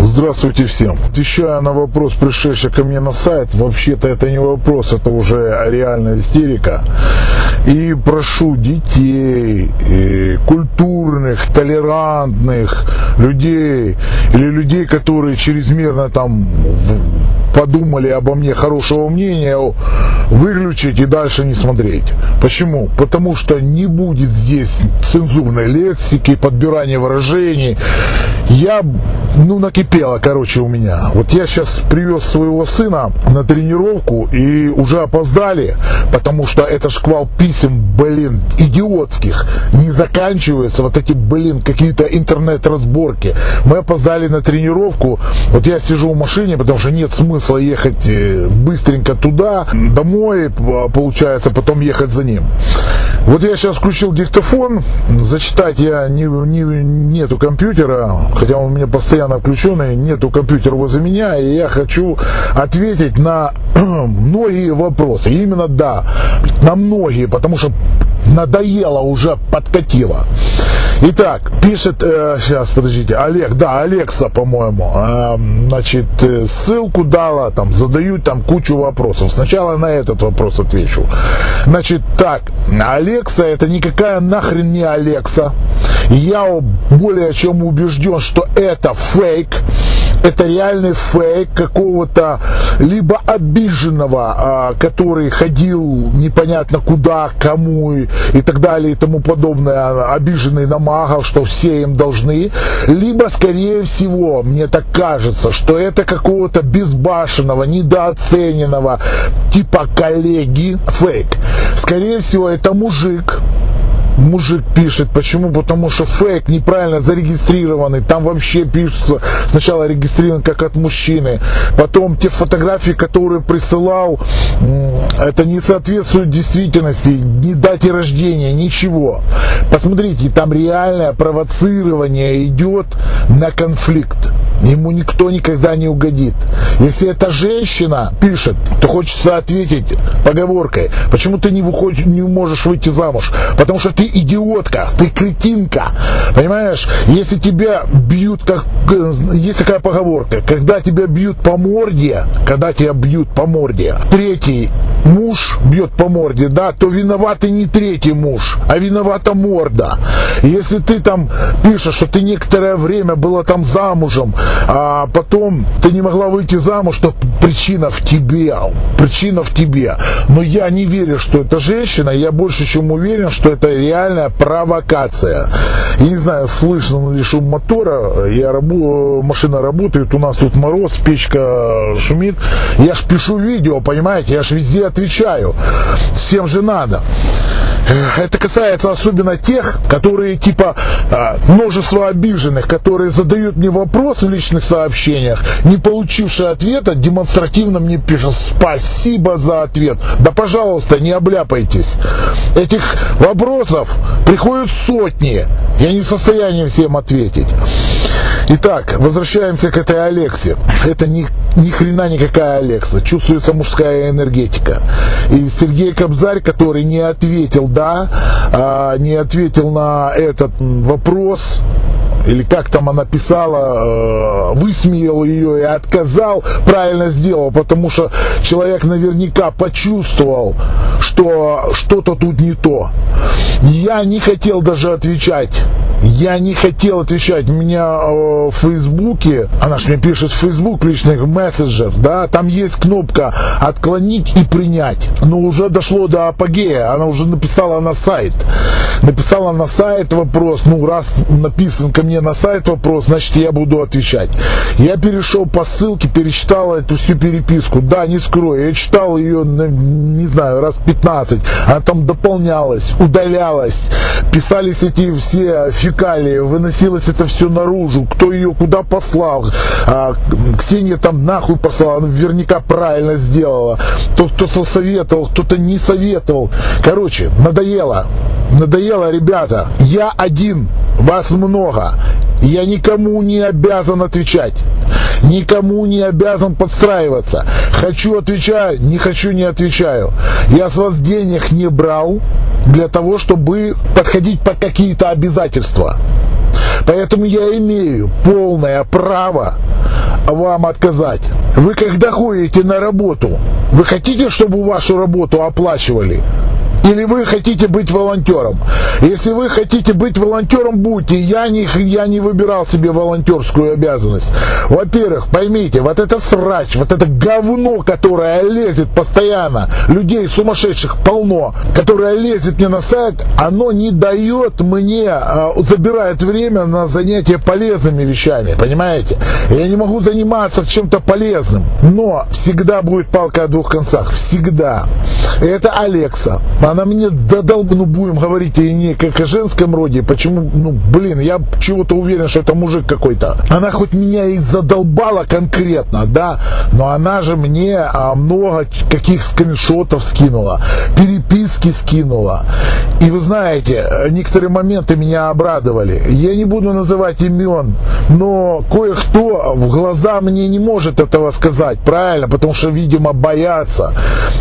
Здравствуйте всем. Отвечая на вопрос, пришедший ко мне на сайт, вообще-то это не вопрос, это уже реальная истерика. И прошу детей, культурных, толерантных людей, или людей, которые чрезмерно там подумали обо мне хорошего мнения, выключить и дальше не смотреть. Почему? Потому что не будет здесь цензурной лексики, подбирания выражений. Накипело, у меня. Вот я сейчас привез своего сына на тренировку и уже опоздали, потому что это шквал писем, идиотских, не заканчивается. Вот эти, какие-то интернет-разборки. Мы опоздали на тренировку. Вот я сижу в машине, потому что нет смысла ехать быстренько туда, домой, получается, потом ехать за ним. Вот я сейчас включил диктофон, зачитать нету компьютера, хотя он у меня постоянно включенный, нету компьютера возле меня, и я хочу ответить на многие вопросы. Именно на многие, потому что надоело, уже подкатило. Итак, пишет, Алекса, по-моему, ссылку дала, задают кучу вопросов. Сначала на этот вопрос отвечу. Алекса это никакая нахрен не Алекса. Я более чем убежден, что это фейк. Это реальный фейк какого-то либо обиженного, который ходил непонятно куда, кому и так далее и тому подобное, обиженный на магов, что все им должны, либо, скорее всего, мне так кажется, что это какого-то безбашенного, недооцененного типа коллеги фейк. Скорее всего, это мужик пишет. Почему? Потому что фейк неправильно зарегистрированный. Там вообще пишется сначала регистрирован как от мужчины. Потом те фотографии, которые присылал, это не соответствует действительности, ни дате рождения, ничего. Посмотрите, там реальное провоцирование идет на конфликт. Ему никто никогда не угодит. Если эта женщина пишет, то хочется ответить поговоркой: почему ты не можешь выйти замуж? Потому что ты идиотка, ты кретинка. Понимаешь? Если тебя бьют, есть такая поговорка: когда тебя бьют по морде, третий муж бьет по морде, то виноватый не третий муж, а виновата морда. Если ты пишешь, что ты некоторое время была замужем, а потом ты не могла выйти замуж, то причина в тебе. Но я не верю, что это женщина, я больше чем уверен, что это реальная провокация. Я не знаю, слышно ли шум мотора, машина работает, у нас тут мороз, печка шумит. Я ж пишу видео, понимаете, я ж везде отвечаю. Всем же надо. Это касается особенно тех, которые множество обиженных, которые задают мне вопрос в личных сообщениях, не получившие ответа, демонстративно мне пишут: спасибо за ответ. Да пожалуйста, не обляпайтесь. Этих вопросов приходят сотни. Я не в состоянии всем ответить. Итак, возвращаемся к этой Алексе. Это ни хрена никакая Алекса. Чувствуется мужская энергетика. И Сергей Кобзарь, который не ответил на этот вопрос, или как там она писала, высмеял ее и отказал, правильно сделал, потому что человек наверняка почувствовал, что что-то тут не то. Я не хотел даже отвечать. У меня в Фейсбуке, она же мне пишет в Фейсбук, личных мессенджер, там есть кнопка «Отклонить и принять». Но уже дошло до апогея, она уже написала на сайт. Вопрос, раз написан ко мне на сайт вопрос, значит, я буду отвечать. Я перешел по ссылке, перечитал эту всю переписку. Да, не скрою, я читал ее, не знаю, раз 15. Она там дополнялась, удалялась, писались эти все фекалии, выносилось это все наружу, кто ее куда послал. Ксения нахуй послала, она наверняка правильно сделала. Тот, кто советовал, кто-то не советовал. Надоело, ребята. Я один, вас много. Я никому не обязан отвечать. Никому не обязан подстраиваться. Хочу — отвечаю, не хочу — не отвечаю. Я с вас денег не брал для того, чтобы подходить под какие-то обязательства. Поэтому я имею полное право вам отказать. Вы когда ходите на работу, вы хотите, чтобы вашу работу оплачивали? Или вы хотите быть волонтером? Если вы хотите быть волонтером, будьте. Я не выбирал себе волонтерскую обязанность. Во-первых, поймите, вот этот срач, вот это говно, которое лезет постоянно, людей сумасшедших полно, которое лезет мне на сайт, оно не дает мне, забирает время на занятия полезными вещами, понимаете? Я не могу заниматься чем-то полезным, но всегда будет палка о двух концах, всегда. И это Алекса. Она мне задолбала, будем говорить и не как о женском роде. Почему? Я чего-то уверен, что это мужик какой-то. Она хоть меня и задолбала конкретно, да, но она же мне много каких скриншотов скинула, переписки скинула. И вы знаете, некоторые моменты меня обрадовали. Я не буду называть имен, но кое-кто в глаза мне не может этого сказать, правильно, потому что, видимо, боятся.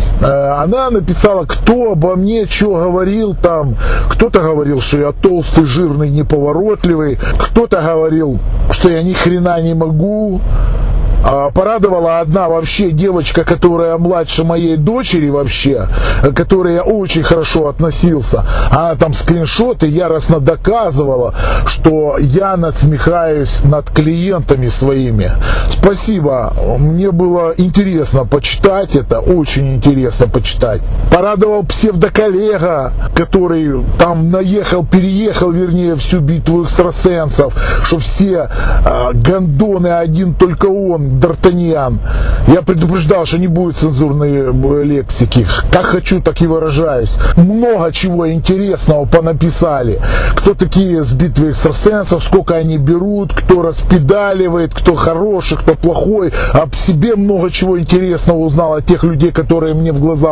Она написала, кто обо мне что говорил там. Кто-то говорил, что я толстый, жирный, неповоротливый. Кто-то говорил, что я ни хрена не могу. Порадовала одна вообще девочка, которая младше моей дочери вообще, к которой я очень хорошо относился. Она там скриншоты яростно доказывала, что я насмехаюсь над клиентами своими. Спасибо, мне было интересно почитать это, очень интересно почитать. Порадовал псевдоколлега, который там переехал, вернее, всю битву экстрасенсов, что все гондоны, один только он, Д'Артаньян. Я предупреждал, что не будет цензурной лексики. Как хочу, так и выражаюсь. Много чего интересного понаписали. Кто такие с битвы экстрасенсов, сколько они берут, кто распедаливает, кто хороший, кто плохой. Об себе много чего интересного узнал от тех людей, которые мне в глаза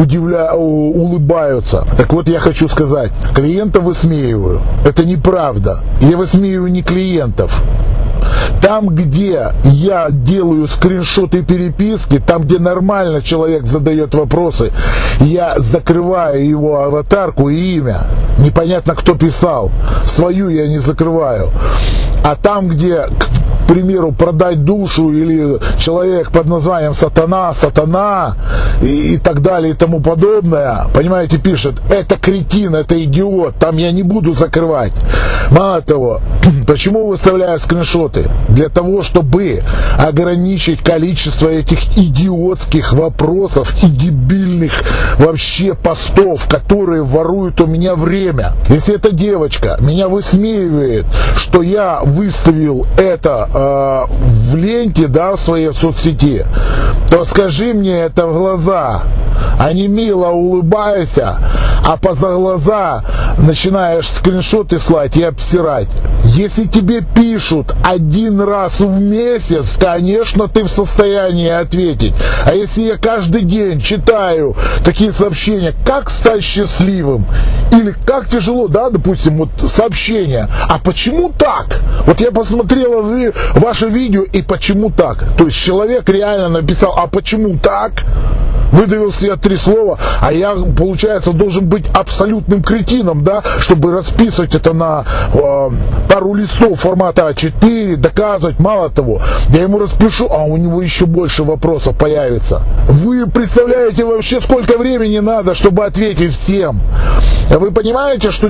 улыбаются. Так вот, я хочу сказать, клиентов высмеиваю. Это неправда. Я высмеиваю не клиентов. Там, где я делаю скриншоты переписки, там, где нормально человек задает вопросы, я закрываю его аватарку и имя. Непонятно, кто писал. Свою я не закрываю. А там, где, к примеру, продать душу или человек под названием сатана и так далее и тому подобное, понимаете, пишет, это кретин, это идиот, там я не буду закрывать. Мало того, почему выставляю скриншоты? Для того, чтобы ограничить количество этих идиотских вопросов и дебильных вообще постов, которые воруют у меня время. Если эта девочка меня высмеивает, что я выставил это в ленте, да, в своей соцсети, то скажи мне это в глаза, а не мило улыбайся, а поза глаза начинаешь скриншоты слать и обсирать. Если тебе пишут один раз в месяц, конечно, ты в состоянии ответить. А если я каждый день читаю такие сообщения, как стать счастливым, или как тяжело, да, допустим, вот сообщение, а почему так? Вот я посмотрела ваше видео, и почему так? То есть человек реально написал, а почему так? Выдавил себе 3 слова, а я, получается, должен быть абсолютным кретином, да, чтобы расписывать это на пару листов формата А4, доказывать. Мало того, я ему распишу, а у него еще больше вопросов появится. Вы представляете вообще, сколько времени надо, чтобы ответить всем? Вы понимаете, что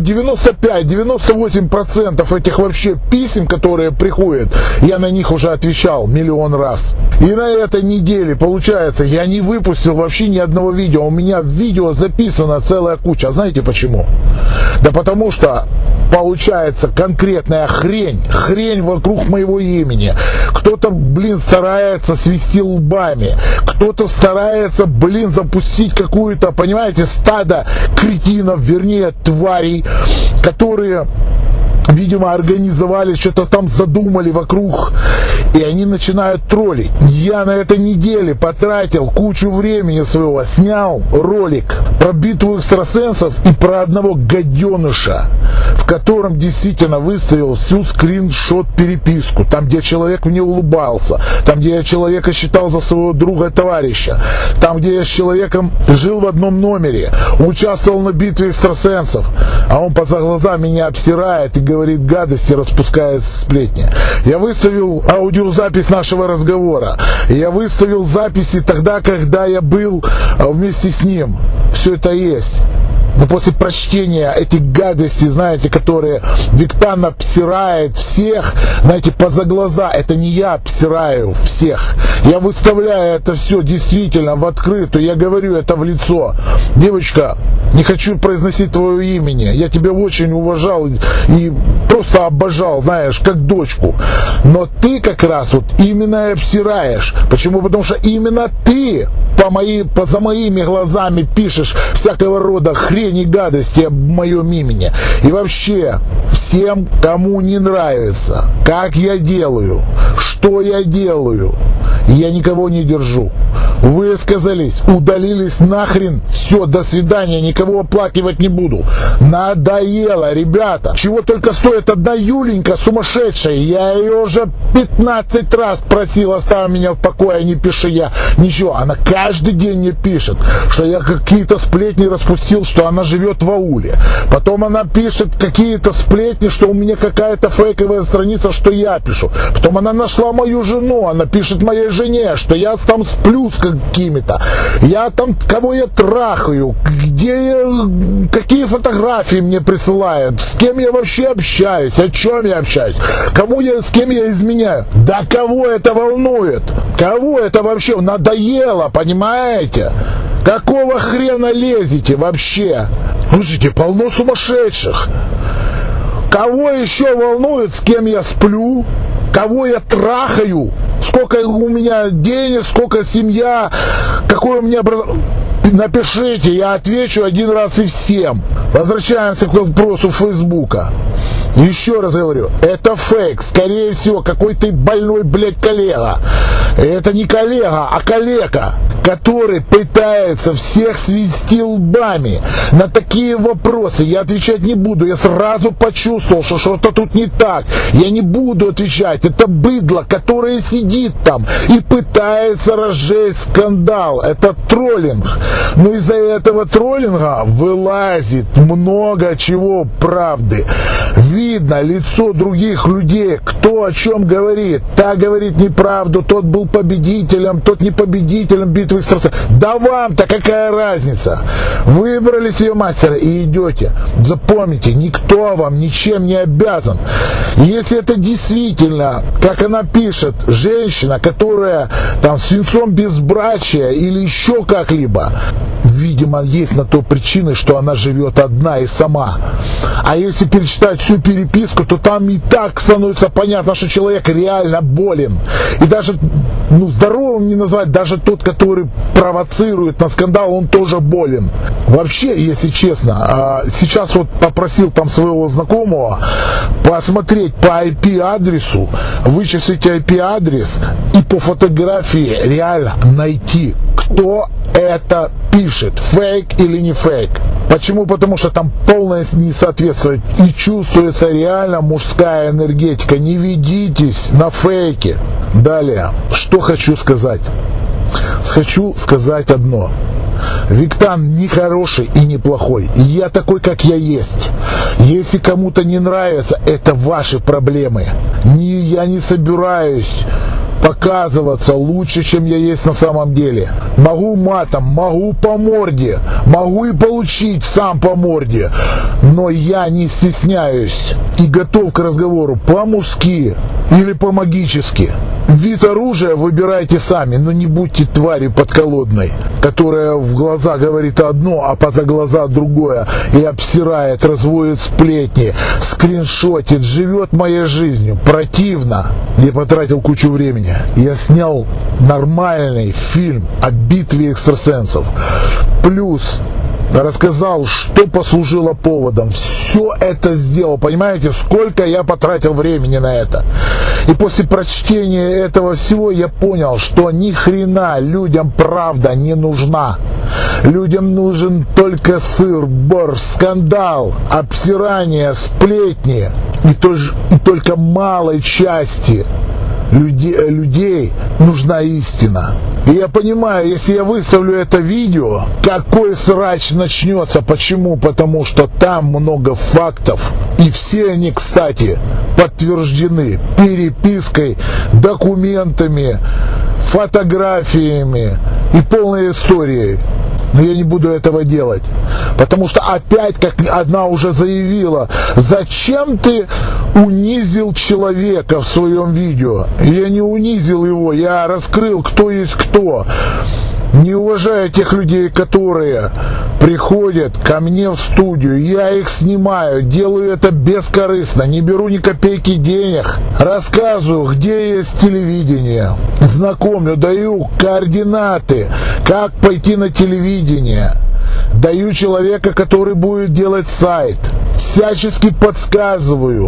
95-98% этих вообще писем, которые приходят, я на них уже отвечал миллион раз. И на этой неделе, получается, я не выпустил вообще ни одного видео. У меня в видео записана целая куча. А знаете почему? Да потому что получается конкретная хрень вокруг моего имени. Кто-то, старается свести лбами. Кто-то старается, запустить какую-то, понимаете, стадо кретинов, вернее, тварей, которые, видимо, организовали, что-то там задумали вокруг, и они начинают троллить. Я на этой неделе потратил кучу времени своего, снял ролик про битву экстрасенсов и про одного гаденыша, в котором действительно выставил всю скриншот-переписку, там, где человек мне улыбался, там, где я человека считал за своего друга и товарища, там, где я с человеком жил в одном номере, участвовал на битве экстрасенсов, а он поза глаза меня обсирает и говорит гадости, распускает сплетни. Я выставил аудио видеозапись нашего разговора. Я выставил записи тогда, когда я был вместе с ним. Все это есть. Но после прочтения этих гадостей, знаете, которые Виктан обсирает всех, знаете, поза глаза, это не я обсираю всех. Я выставляю это все действительно в открытую, я говорю это в лицо. Девочка, не хочу произносить твое имени, я тебя очень уважал и просто обожал, знаешь, как дочку. Но ты как раз вот именно обсираешь. Почему? Потому что именно ты за моими глазами пишешь всякого рода хрень и гадости об моем имени. И вообще, всем, кому не нравится, как я делаю, что я делаю, я никого не держу. Высказались, удалились нахрен, все, до свидания, никого оплакивать не буду. Надоело, ребята. Чего только стоит одна Юленька сумасшедшая. Я ее уже 15 раз просил, оставь меня в покое, не пиши я ничего. Она каждый день мне пишет, что я какие-то сплетни распустил, что она живет в ауле. Потом она пишет какие-то сплетни, что у меня какая-то фейковая страница, что я пишу. Потом она нашла мою жену, она пишет моей жене, что я там сплю с какими-то. Я там, кого я трахаю, какие фотографии мне присылают, с кем я вообще общаюсь, о чем я общаюсь, с кем я изменяю. Да кого это волнует? Кого это вообще надоело, понимаете? Какого хрена лезете вообще? Слушайте, полно сумасшедших. Кого еще волнует, с кем я сплю? Кого я трахаю? Сколько у меня денег, сколько семья, какое у меня образование? Напишите, я отвечу один раз и всем. Возвращаемся к вопросу Фейсбука. Еще раз говорю, это фейк. Скорее всего, какой-то больной, блядь, коллега. Это не коллега, а коллега, который пытается всех свести лбами на такие вопросы. Я отвечать не буду. Я сразу почувствовал, что что-то тут не так. Я не буду отвечать. Это быдло, которое сидит там и пытается разжечь скандал. Это троллинг. Но из-за этого троллинга вылазит много чего правды. Видно лицо других людей, кто о чем говорит. Та говорит неправду, тот был победителем, тот не победителем битвы экстрасенсов. Да вам-то какая разница? Выбрали себе мастера и идете. Запомните, никто вам ничем не обязан. Если это действительно, как она пишет, женщина, которая там свинцом безбрачия или еще как-либо, видимо, есть на то причины, что она живет одна и сама. А если перечитать всю переписку, то там и так становится понятно, что человек реально болен. И даже здоровым не назвать, даже тот, который провоцирует на скандал, он тоже болен. Вообще, если честно, сейчас вот попросил там своего знакомого посмотреть по IP-адресу, вычислить IP-адрес и по фотографии реально найти, кто это пишет, фейк или не фейк. Почему? Потому что там полное несоответствие и чувствуется реально мужская энергетика. Не ведитесь на фейки. Далее, что хочу сказать. Хочу сказать одно. Виктан не хороший и не плохой. Я такой, как я есть. Если кому-то не нравится, это ваши проблемы. Я не собираюсь показываться лучше, чем я есть на самом деле. Могу матом, могу по морде, могу и получить сам по морде, но я не стесняюсь и готов к разговору по-мужски или по-магически. Вид оружия выбирайте сами, но не будьте тварью подколодной, которая в глаза говорит одно, а поза глаза другое, и обсирает, разводит сплетни, скриншотит, живет моей жизнью. Противно. Я потратил кучу времени. Я снял нормальный фильм о битве экстрасенсов. Плюс рассказал, что послужило поводом. Все это сделал. Понимаете, сколько я потратил времени на это. И после прочтения этого всего я понял, что ни хрена людям правда не нужна. Людям нужен только сыр, борщ, скандал, обсирание, сплетни. И только малой части людей нужна истина. И я понимаю, если я выставлю это видео, какой срач начнется. Почему? Потому что там много фактов. И все они, кстати, подтверждены перепиской, документами, фотографиями и полной историей. Но я не буду этого делать. Потому что опять, как одна уже заявила, зачем ты унизил человека в своем видео? Я не унизил его, я раскрыл, кто есть кто. Не уважая тех людей, которые приходят ко мне в студию, я их снимаю, делаю это бескорыстно, не беру ни копейки денег, рассказываю, где есть телевидение, знакомлю, даю координаты, как пойти на телевидение, даю человека, который будет делать сайт, всячески подсказываю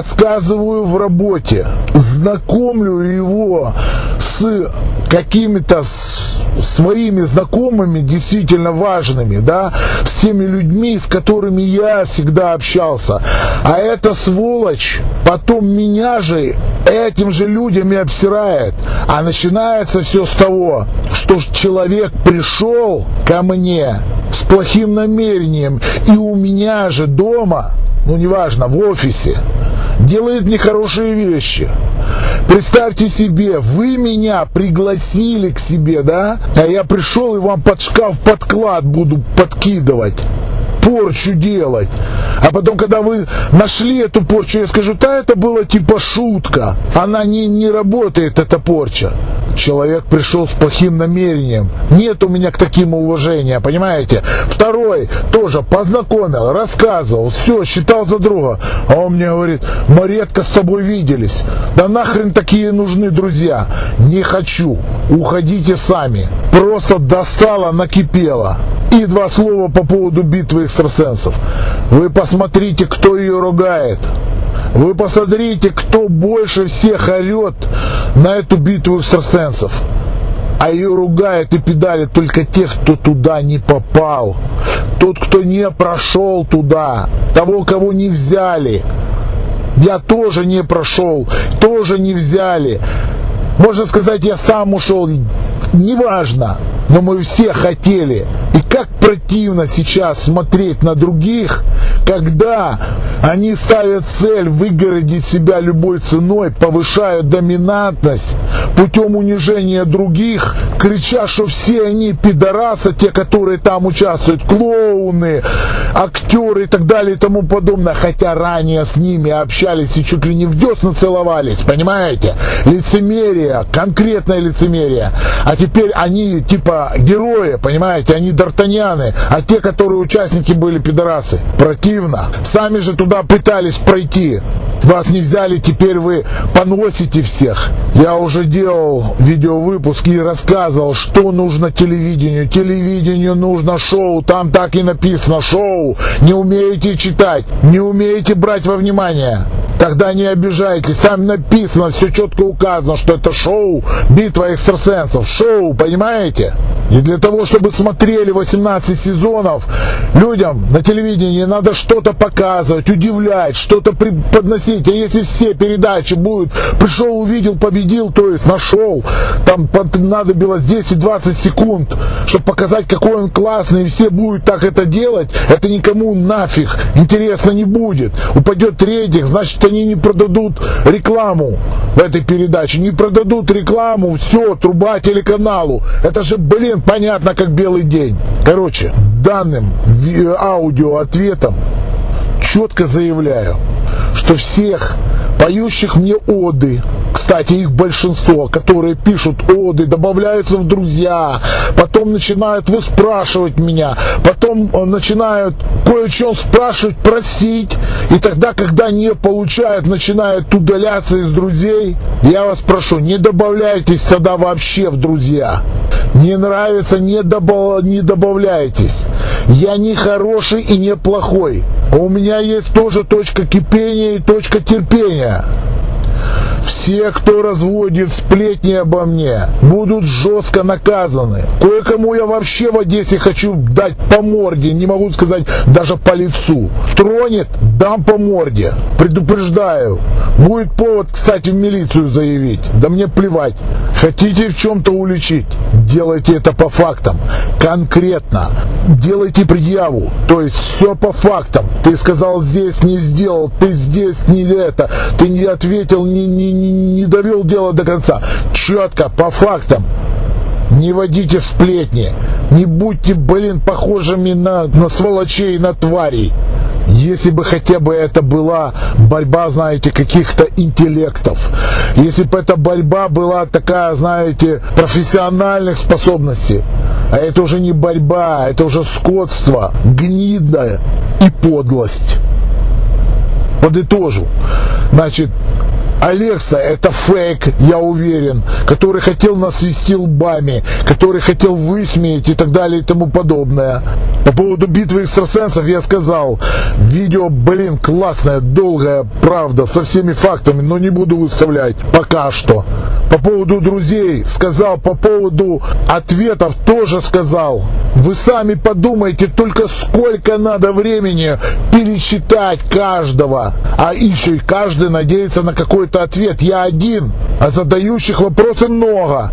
в работе, знакомлю его с какими-то своими знакомыми, действительно важными, да, с теми людьми, с которыми я всегда общался. А эта сволочь потом меня же этим же людям и обсирает. А начинается все с того, что человек пришел ко мне с плохим намерением, и у меня же дома, ну неважно, в офисе, делает нехорошие вещи. Представьте себе, вы меня пригласили к себе, да? А я пришел и вам под шкаф подклад буду подкидывать, порчу делать. А потом, когда вы нашли эту порчу, я скажу, да, это было типа шутка. Она не работает, эта порча. Человек пришел с плохим намерением. Нет у меня к таким уважения, понимаете? Второй тоже познакомил, рассказывал, все, считал за друга. А он мне говорит, мы редко с тобой виделись. Да нахрен такие нужны друзья? Не хочу, уходите сами. Просто достало, накипело. И два слова по поводу битвы экстрасенсов. Вы посмотрите, кто ее ругает. Вы посмотрите, кто больше всех орет на эту битву экстрасенсов. А ее ругает и педалит только тех, кто туда не попал. Тот, кто не прошел туда. Того, кого не взяли. Я тоже не прошел, тоже не взяли. Можно сказать, я сам ушел. Неважно, но мы все хотели. И как противно сейчас смотреть на других, когда они ставят цель выгородить себя любой ценой, повышают доминантность путем унижения других, крича, что все они пидорасы, те, которые там участвуют, клоуны, актеры и так далее и тому подобное, хотя ранее с ними общались и чуть ли не в десна целовались, понимаете? Лицемерие, конкретное лицемерие. А теперь они типа герои, понимаете, они д'Артаньяны, а те, которые участники, были пидорасы. Противно. Сами же туда пытались пройти. Вас не взяли, теперь вы поносите всех. Я уже делал видеовыпуски и рассказывал, что нужно телевидению. Телевидению нужно шоу, там так и написано шоу. Не умеете читать, не умеете брать во внимание. Тогда не обижайтесь, там написано, все четко указано, что это шоу, битва экстрасенсов, шоу, понимаете? И для того, чтобы смотрели 18 сезонов, людям на телевидении надо что-то показывать, удивлять, что-то подносить. А если все передачи будут, пришел, увидел, победил, то есть нашел, там понадобилось 10-20 секунд, чтобы показать, какой он классный, и все будут так это делать, это никому нафиг интересно не будет. Упадет рейтинг, значит, они не продадут рекламу в этой передаче, не продадут рекламу, все, труба телеканалу. Это же, блин, понятно, как белый день. Короче, данным аудиоответом четко заявляю, что всех поющих мне оды, кстати, их большинство, которые пишут оды, добавляются в друзья, потом начинают выспрашивать меня, потом начинают кое-что спрашивать, просить, и тогда, когда не получают, начинают удаляться из друзей. Я вас прошу, не добавляйтесь тогда вообще в друзья. Не нравится, не добавляйтесь. Я не хороший и не плохой. У меня есть тоже точка кипения и точка терпения. Все, кто разводит сплетни обо мне, будут жестко наказаны. Кое-кому я вообще в Одессе хочу дать по морде, не могу сказать даже по лицу. Тронет, дам по морде. Предупреждаю. Будет повод, кстати, в милицию заявить. Да мне плевать. Хотите в чем-то уличить? Делайте это по фактам. Конкретно. Делайте предъяву. То есть все по фактам. Ты сказал здесь, не сделал. Ты здесь, не это. Ты не ответил, не довел дело до конца. Четко, по фактам. Не водите сплетни. Не будьте, похожими на сволочей, на тварей. Если бы хотя бы это была борьба, знаете, каких-то интеллектов, если бы эта борьба была такая, знаете, профессиональных способностей, а это уже не борьба, это уже скотство, гнидная и подлость. Подытожу. Значит, Алекса — это фейк, я уверен, который хотел нас свести лбами, который хотел высмеять и так далее и тому подобное. По поводу битвы экстрасенсов я сказал, видео, классное, долгое, правда, со всеми фактами, но не буду выставлять пока что. По поводу друзей сказал, по поводу ответов тоже сказал. Вы сами подумайте, только сколько надо времени пересчитать каждого, а еще и каждый надеется на какой-то ответ. Я один, а задающих вопросы много.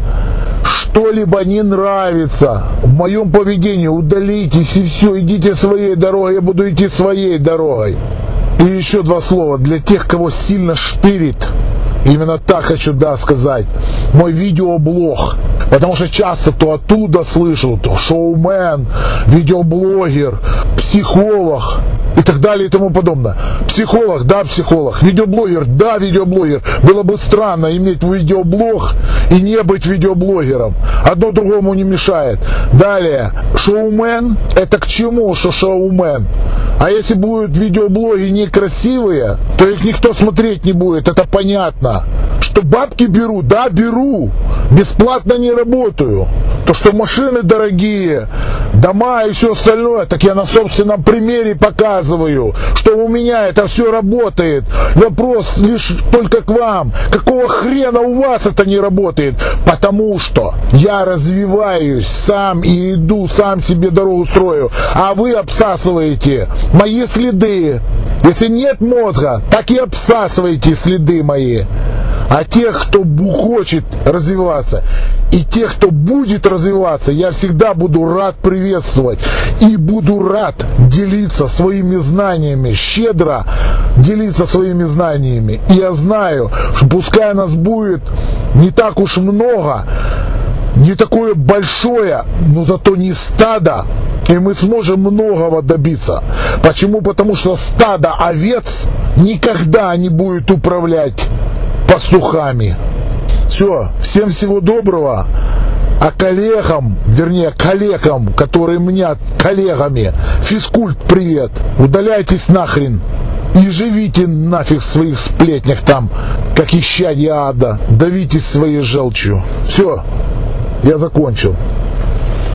Что-либо не нравится в моем поведении, удалитесь и все, идите своей дорогой, я буду идти своей дорогой. И еще два слова для тех, кого сильно штырит. Именно так хочу, сказать. Мой видеоблог. Потому что часто то оттуда слышу, то шоумен, видеоблогер, психолог и так далее и тому подобное. Психолог, да, психолог. Видеоблогер, да, видеоблогер. Было бы странно иметь видеоблог и не быть видеоблогером. Одно другому не мешает. Далее, шоумен. Это к чему, что шоумен? А если будут видеоблоги некрасивые, то их никто смотреть не будет, это понятно. Что бабки беру, да, беру. Бесплатно не работаю. То, что машины дорогие, дома и все остальное, так я на собственном примере показываю, что у меня это все работает. Вопрос лишь только к вам. Какого хрена у вас это не работает? Потому что я развиваюсь сам и иду, сам себе дорогу строю, а вы обсасываете мои следы. Если нет мозга, так и обсасывайте следы мои. А тех, кто хочет развиваться, и тех, кто будет развиваться, я всегда буду рад приветствовать. И буду рад делиться своими знаниями, щедро делиться своими знаниями. И я знаю, что пускай нас будет не так уж много, не такое большое, но зато не стадо, и мы сможем многого добиться. Почему? Потому что стадо овец никогда не будет управлять пастухами. Все, всем всего доброго. А коллегам, которые меня коллегами, физкульт привет, удаляйтесь нахрен и живите нафиг в своих сплетнях там, как исчадья ада, давитесь своей желчью. Все, я закончил.